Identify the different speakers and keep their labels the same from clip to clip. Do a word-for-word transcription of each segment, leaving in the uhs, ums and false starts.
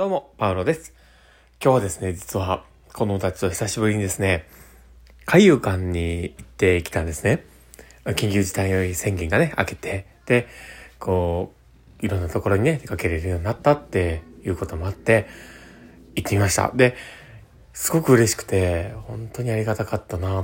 Speaker 1: どうも、パウロです。今日はですね、実は、子供たちと久しぶりにですね、海遊館に行ってきたんですね。緊急事態宣言がね、明けて、で、こう、いろんなところにね、出かけれるようになったっていうこともあって、行ってみました。で、すごく嬉しくて、本当にありがたかったなって、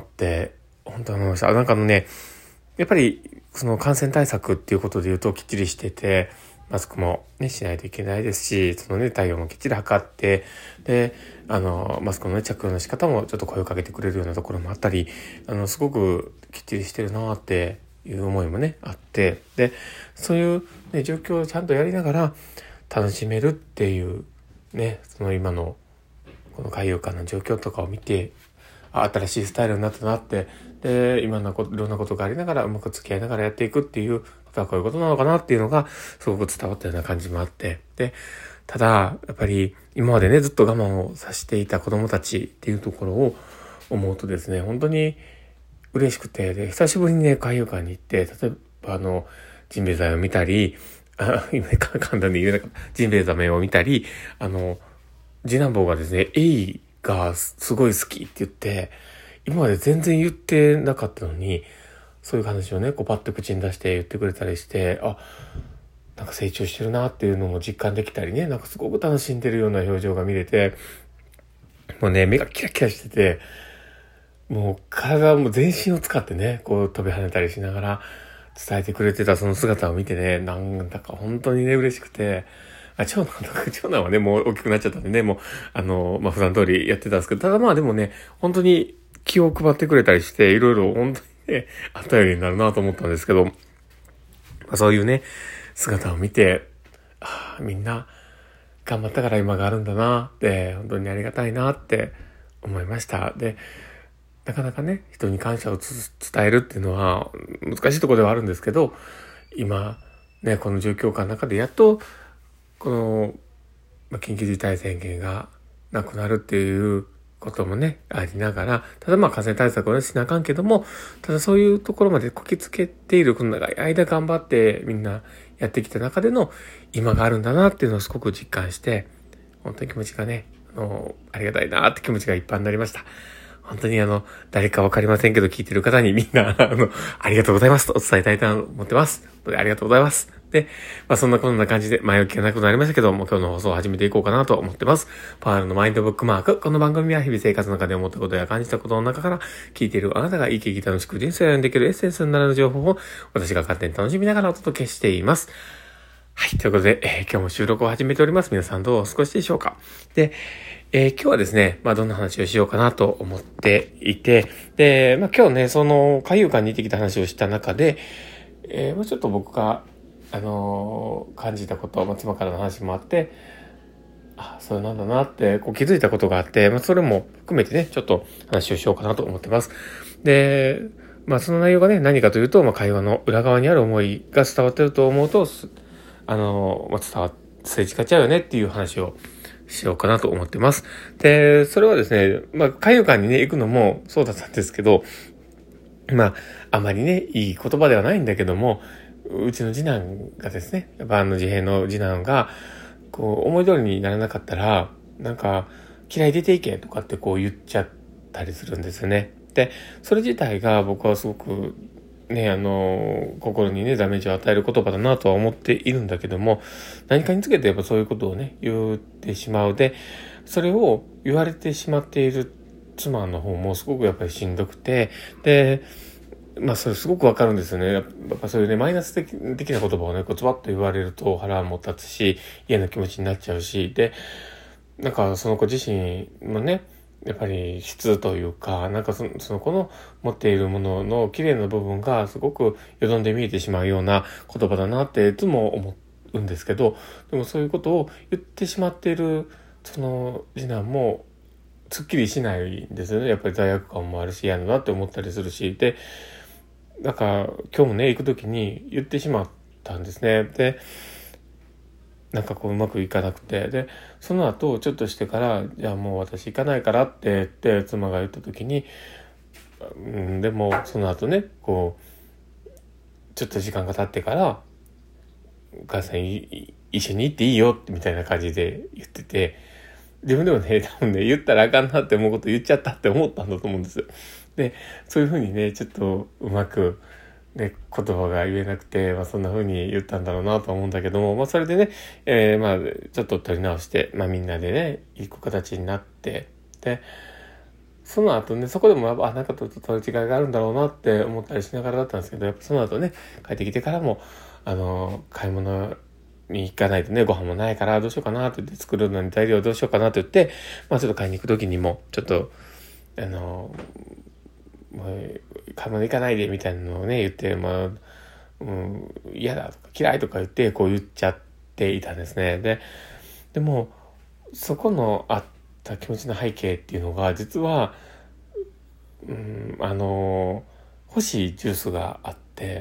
Speaker 1: 本当に思いました。なんかあのね、やっぱり、その感染対策っていうことで言うときっちりしてて、マスクもね、しないといけないですし、そのね、体温もきっちり測って、で、あの、マスクのね、着用の仕方もちょっと声をかけてくれるようなところもあったり、あの、すごくきっちりしてるなっていう思いもね、あって、で、そういう、ね、状況をちゃんとやりながら楽しめるっていう、ね、その今の、この海遊館の状況とかを見て、あ、新しいスタイルになったなって、で、今のこと、いろんなことがありながらうまく付き合いながらやっていくっていうことはこういうことなのかなっていうのがすごく伝わったような感じもあって、で、ただ、やっぱり今までね、ずっと我慢をさせていた子供たちっていうところを思うとですね、本当に嬉しくて、で、久しぶりにね、海遊館に行って、例えばあの、ジンベエザメを見たり、あ、今簡単に言えなかった、ジンベエザメを見たり、あの、次男坊がですね、エイがすごい好きって言って、今まで全然言ってなかったのに、そういう話をね、こうパッと口に出して言ってくれたりして、あ、なんか成長してるなっていうのも実感できたりね、なんかすごく楽しんでるような表情が見れて、もうね、目がキラキラしてて、もう体も全身を使ってね、こう飛び跳ねたりしながら伝えてくれてたその姿を見てね、なんだか本当にね、嬉しくて、あ、長男とか、長男はね、もう大きくなっちゃったんでね、もう、あの、まあ、普段通りやってたんですけど、ただまあでもね、本当に気を配ってくれたりして、いろいろ本当にね、あったよりになるなと思ったんですけど、まあ、そういうね、姿を見て、ああ、みんな頑張ったから今があるんだなって、本当にありがたいなって思いました。で、なかなかね、人に感謝を伝えるっていうのは難しいところではあるんですけど、今、ね、この状況下の中でやっと、この、まあ、緊急事態宣言がなくなるっていうこともね、ありながら、ただまあ感染対策をね、しなあかんけども、ただそういうところまでこきつけている、この長い間頑張ってみんなやってきた中での今があるんだなっていうのをすごく実感して、本当に気持ちがね、あの、ありがたいなって気持ちがいっぱいになりました。本当にあの、誰かわかりませんけど聞いてる方にみんな、あの、ありがとうございますとお伝えたいと思ってます。ありがとうございます。で、まあそんなこんな感じで前置きがなくなりましたけども、今日の放送を始めていこうかなと思ってます。パワールのマインドブックマーク。この番組は日々生活の中で思ったことや感じたことの中から聞いているあなたが生き生き楽しく人生を歩んでいけるエッセンスになる情報を私が勝手に楽しみながらお届けしています。はい。ということで、えー、今日も収録を始めております。皆さんどうお過ごしでしょうか。で、えー、今日はですね、まあどんな話をしようかなと思っていて、で、まあ今日ね、その海遊館に行ってきた話をした中で、えー、まあちょっと僕が、あのー、感じたこと、まあ妻からの話もあって、あ、そうなんだなってこう気づいたことがあって、まあそれも含めてね、ちょっと話をしようかなと思ってます。で、まあその内容がね、何かというと、まあ会話の裏側にある思いが伝わってると思うと、あの、まあ、伝わ、すれ違っちゃうよねっていう話をしようかなと思ってます。で、それはですね、まあ、海遊館にね、行くのもそうだったんですけど、まあ、あまりね、いい言葉ではないんだけども、うちの次男がですね、やっぱあの自閉の次男が、こう、思い通りにならなかったら、なんか、嫌い出ていけとかってこう言っちゃったりするんですよね。で、それ自体が僕はすごくね、あの、心にね、ダメージを与える言葉だなとは思っているんだけども、何かにつけてやっぱそういうことをね、言ってしまうで、それを言われてしまっている妻の方もすごくやっぱりしんどくて、で、まあそれすごくわかるんですよね。やっぱそういうね、マイナス的的な言葉をね、こうズバッと言われると腹も立つし、嫌な気持ちになっちゃうし、で、なんかその子自身もね、やっぱり質というか、なんかその、その子の持っているものの綺麗な部分がすごくよどんで見えてしまうような言葉だなっていつも思うんですけど、でもそういうことを言ってしまっているその次男もすっきりしないんですよね。やっぱり罪悪感もあるし嫌だなって思ったりするし、で、なんか今日もね、行くときに言ってしまったんですね。で、なんかこううまくいかなくて、でその後ちょっとしてからじゃあもう私行かないからって言って妻が言った時に、うん、でもその後ねこうちょっと時間が経ってからお母さん行一緒に行っていいよみたいな感じで言ってて、自分でもね、多分ね、言ったらあかんなって思うこと言っちゃったって思ったんだと思うんですよ。で、そういうふうにね、ちょっとうまく、ね、言葉が言えなくて、まあそんな風に言ったんだろうなと思うんだけども、まあそれでね、えー、まあちょっと取り直して、まあみんなでね、行く形になって、で、その後ね、そこでも、あ、なんかちょっと取り違いがあるんだろうなって思ったりしながらだったんですけど、やっぱその後ね、帰ってきてからも、あの、買い物に行かないとね、ご飯もないからどうしようかなって言って、作るのに材料どうしようかなって言って、まあちょっと買いに行く時にも、ちょっと、あの、もう買い物行かないでみたいなのをね、言って、まあ、うん、嫌だとか嫌いとか言って、こう言っちゃっていたんですね。で、でも、そこのあった気持ちの背景っていうのが、実は、うん、あの、欲しいジュースがあって、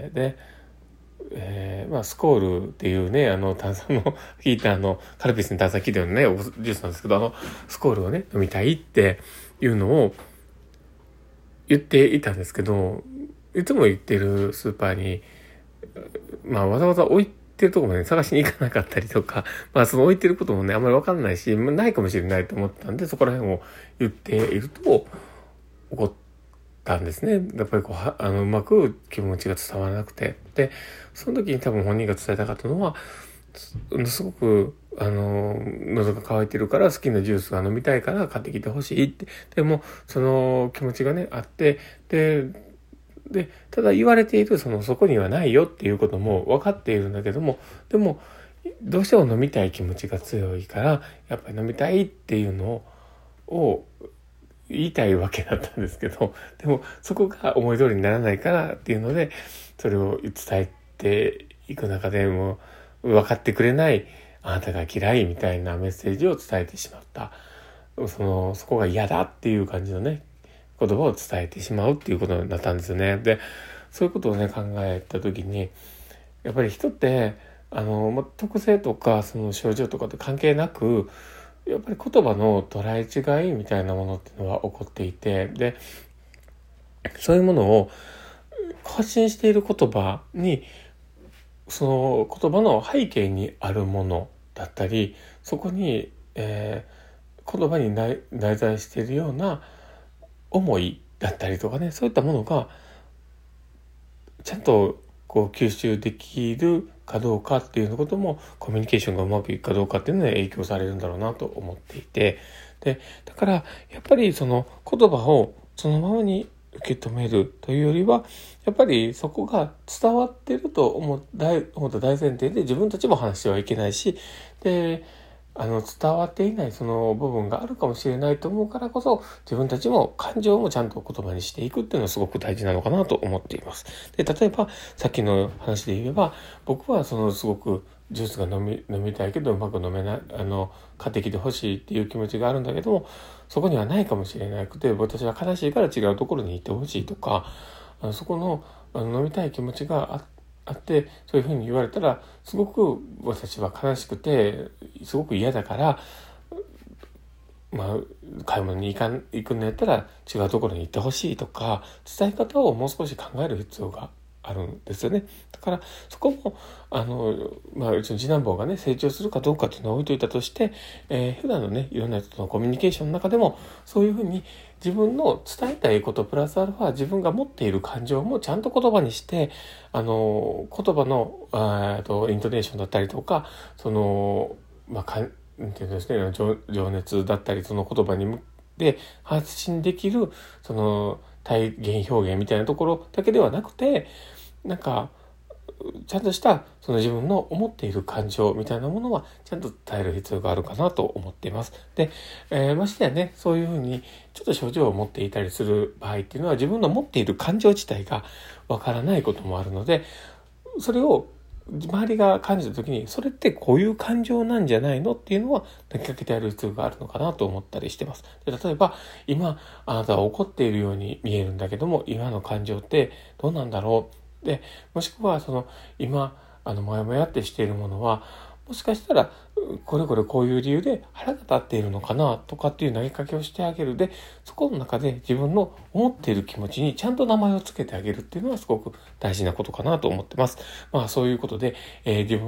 Speaker 1: で、えー、まあ、スコールっていうね、あの、炭酸の効いたあの、カルピスに炭酸効いたようなね、ジュースなんですけど、あの、スコールをね、飲みたいっていうのを言っていたんですけど、いつも行ってるスーパーに、まあ、わざわざ置いてるところまで探しに行かなかったりとか、まあ、その置いてることもね、あんまりわかんないし、ないかもしれないと思ったんで、そこら辺を言っていると、怒ったんですね。やっぱりこう、あの、うまく気持ちが伝わらなくて。で、その時に多分本人が伝えたかったのは、すごく、あの、喉が渇いてるから好きなジュースが飲みたいから買ってきてほしいって。でも、その気持ちがね、あって、で、で、ただ言われている、その、そこにはないよっていうことも分かっているんだけども、でも、どうしても飲みたい気持ちが強いから、やっぱり飲みたいっていうのを、言いたいわけだったんですけど、でも、そこが思い通りにならないからっていうので、それを伝えていく中でも、分かってくれない、あなたが嫌いみたいなメッセージを伝えてしまった。その、そこが嫌だっていう感じのね、言葉を伝えてしまうっていうことになったんですよね。で、そういうことをね、考えたときに、やっぱり人って、あの、ま、特性とか、その症状とかと関係なく、やっぱり言葉の捉え違いみたいなものっていうのは起こっていて、で、そういうものを発信している言葉に、その言葉の背景にあるものだったり、そこに、えー、言葉に内在しているような思いだったりとかね、そういったものがちゃんとこう吸収できるかどうかっていうことも、コミュニケーションがうまくいくかどうかっていうのに影響されるんだろうなと思っていて、で、だからやっぱりその言葉をそのままに受け止めるというよりは、やっぱりそこが伝わってると思った大前提で自分たちも話してはいけないし、で、あの伝わっていないその部分があるかもしれないと思うからこそ、自分たちも感情もちゃんと言葉にしていくっていうのはすごく大事なのかなと思っています。で、例えばさっきの話で言えば、僕はそのすごくジュースが飲み飲みたいけどうまく飲めない、あの買ってきてほしいっていう気持ちがあるんだけども、そこにはないかもしれなくて、私は悲しいから違うところに行ってほしいとか、あのそこのあの飲みたい気持ちがあってあってそういうふうに言われたら、すごく私は悲しくてすごく嫌だから、まあ買い物に行かん行くんだったら違うところに行ってほしいとか、伝え方をもう少し考える必要があるんですよね。だからそこもあの、まあ、うちの次男坊がね成長するかどうかっていうのを置いといたとして、えー、普段のねいろんな人とのコミュニケーションの中でも、そういうふうに自分の伝えたいことプラスアルファ自分が持っている感情もちゃんと言葉にして、あの言葉のあとイントネーションだったりとか、そのまあかんなんていうんですね、情、情熱だったり、その言葉にで発信できるその体現表現みたいなところだけではなくて、なんかちゃんとしたその自分の思っている感情みたいなものはちゃんと伝える必要があるかなと思っています。で、えー、ましてやね、そういうふうにちょっと症状を持っていたりする場合っていうのは、自分の持っている感情自体がわからないこともあるので、それを周りが感じた時に、それってこういう感情なんじゃないのっていうのは投げかけてやる必要があるのかなと思ったりしてます。で、例えば今あなたは怒っているように見えるんだけども、今の感情ってどうなんだろう。で、もしくはその今あのモヤモヤってしているものは、もしかしたらこれこれこういう理由で腹が立っているのかなとかっていう投げかけをしてあげる。で、そこの中で自分の思っている気持ちにちゃんと名前をつけてあげるっていうのはすごく大事なことかなと思ってます。まあそういうことで、えー、自分の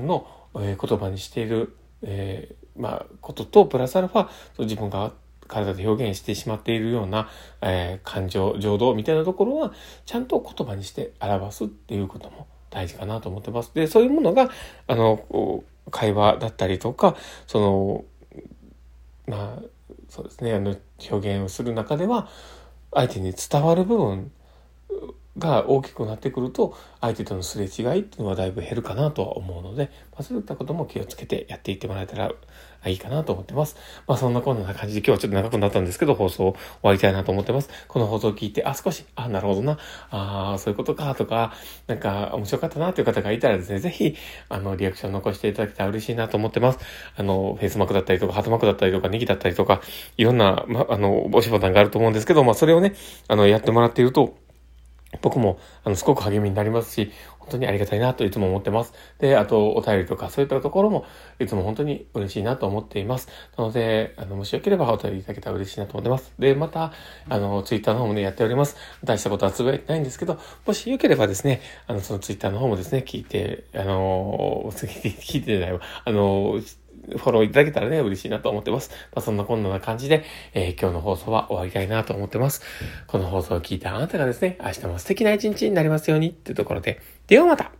Speaker 1: えー、言葉にしている、えー、まあ、ことと、プラスアルファ、自分が体で表現してしまっているような、えー、感情、情動みたいなところは、ちゃんと言葉にして表すっていうことも大事かなと思ってます。で、そういうものが、あの、会話だったりとか、その、まあ、そうですね、あの、表現をする中では、相手に伝わる部分が大きくなってくると、相手とのすれ違いっていうのはだいぶ減るかなとは思うので、まあ、そういったことも気をつけてやっていってもらえたらいいかなと思ってます。まあそんなこんな感じで今日はちょっと長くなったんですけど、放送を終わりたいなと思ってます。この放送を聞いて、あ、少し、あ、なるほどな、あそういうことかとか、なんか面白かったなという方がいたらですね、ぜひ、あの、リアクション残していただけたら嬉しいなと思ってます。あの、フェイスマークだったりとか、ハートマークだったりとか、ネギだったりとか、いろんな、ま、あの、押しボタンがあると思うんですけど、まあそれをね、あの、やってもらっていると、僕も、あの、すごく励みになりますし、本当にありがたいなといつも思ってます。で、あと、お便りとか、そういったところも、いつも本当に嬉しいなと思っています。なので、あの、もしよければお便りいただけたら嬉しいなと思ってます。で、また、あの、ツイッターの方もね、やっております。大したことはつぶやいてないんですけど、もしよければですね、あの、そのツイッターの方もですね、聞いて、あの、聞いてないわ、あの、フォローいただけたらね、嬉しいなと思ってます。まあ、そんなこんな感じで、えー、今日の放送は終わりたいなと思ってます。この放送を聞いたあなたがですね、明日も素敵な一日になりますようにっていうところで、ではまた